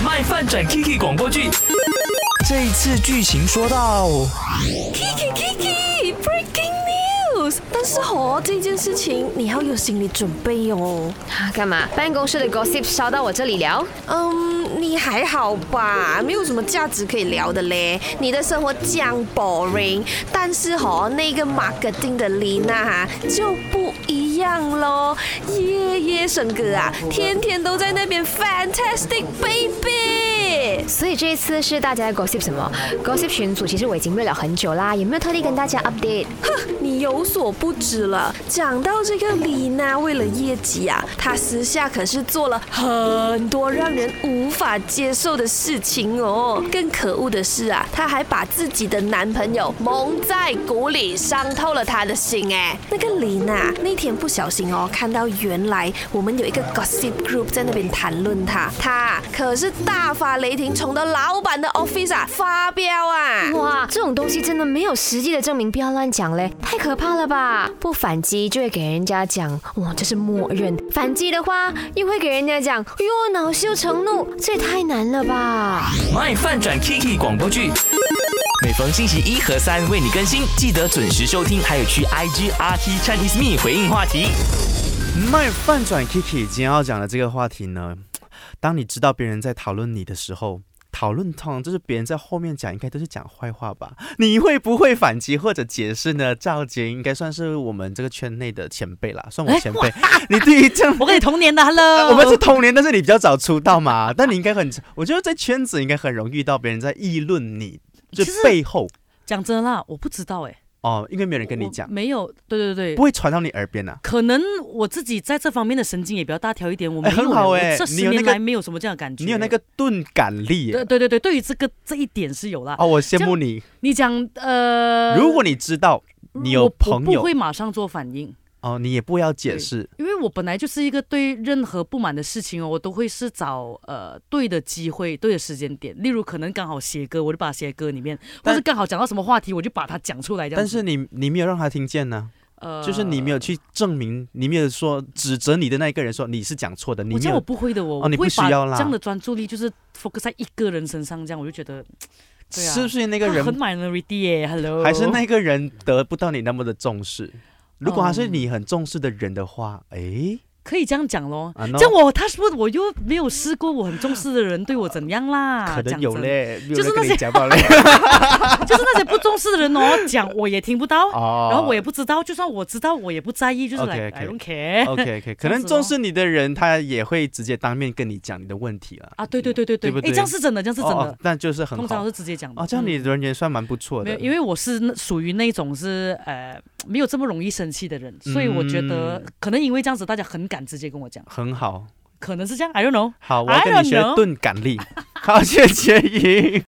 卖饭转 Kiki 广播剧。这一次剧情说到 Kiki Breaking News， 但是这件事情你要有心理准备哦。 干嘛？办公室的 gossip 烧到我这里聊？ 你还好吧？没有什么价值可以聊的嘞。你的生活这样 boring， 但是那个 marketing 的Lina就不一样咯，夜夜笙歌啊，天天都在那边 fantastic baby。 所以这一次是大家 gossip 什么 ？gossip 群组其实我已经热了很久啦，有没有特地跟大家 update？ 你有所不知了。讲到这个Lina，为了业绩啊，她私下可是做了很多让人无法接受的事情哦。更可恶的是啊，她还把自己的男朋友蒙在鼓里，伤透了她的心哎。那个Lina那天不小心看到原来我们有一个 gossip group 在那边谈论她可是大发雷霆，冲到老板的 office 发飙啊！ 哇，这种东西真的没有实际的证明，不要乱讲嘞，太可怕了吧！不反击就会给人家讲，哇，这是默认；反击的话，又会给人家讲，哟，恼羞成怒，这也太难了吧！ 卖饭转 Kiki 广播剧，每逢星期一和三为你更新，记得准时收听，还有去 IG RT Chinese Me 回应话题。 卖饭转 Kiki 今天要讲的这个话题呢，当你知道别人在讨论你的时候，讨论通常就是别人在后面讲，应该都是讲坏话吧？你会不会反击或者解释呢？赵杰应该算是我们这个圈内的前辈啦，算我前辈。你对于这样， 我跟你同年的 ，Hello， 我们是同年，但是你比较早出道嘛。但你应该我觉得在圈子应该很容易遇到别人在议论你，就背后。 讲真啦，我不知道因为没有人跟你讲， 没有，对， 不会传到你耳边啊。 可能我自己在这方面的神经也比较大条一点，我没有， 很好我这10年来没有什么这样的感觉。 你有那个钝感力， 对，对于这一点是有啦。 我羡慕你。 你讲如果你知道你有朋友， 我不会马上做反应。 你也不要解释， 因为我本来就是一个对任何不满的事情我都会是找对的机会、对的时间点。例如可能刚好写歌，我就把它写在歌里面，或是刚好讲到什么话题，我就把它讲出来这样子。 但是你没有让他听见呢，就是你没有去证明，你没有说指责你的那一个人说你是讲错的，你没有。 我不会的，我你不需要啦。 这样的专注力就是 focus 在一个人身上，这样我就觉得。对啊， 是不是那个人很 minority 耶 ？Hello， 还是那个人得不到你那么的重视？如果他是你很重视的人的话， 可以这样讲咯。这样我又没有试过我很重视的人对我怎样啦？ 可能有嘞， 就是那些就是那些不重视的人讲我也听不到，然后我也不知道，就算我知道我也不在意，就是来 I don't care。 OK， 可能重视你的人他也会直接当面跟你讲你的问题了。 对，对不对？这样是真的， 但就是很好， 通常是直接讲的。 这样你人缘算蛮不错的。 因为我是属于那种是没有这么容易生气的人，所以我觉得可能因为这样子，大家很敢直接跟我讲， 很好， 可能是这样 ，I don't know。 好，我要跟你学钝感力。好，谢谢莹。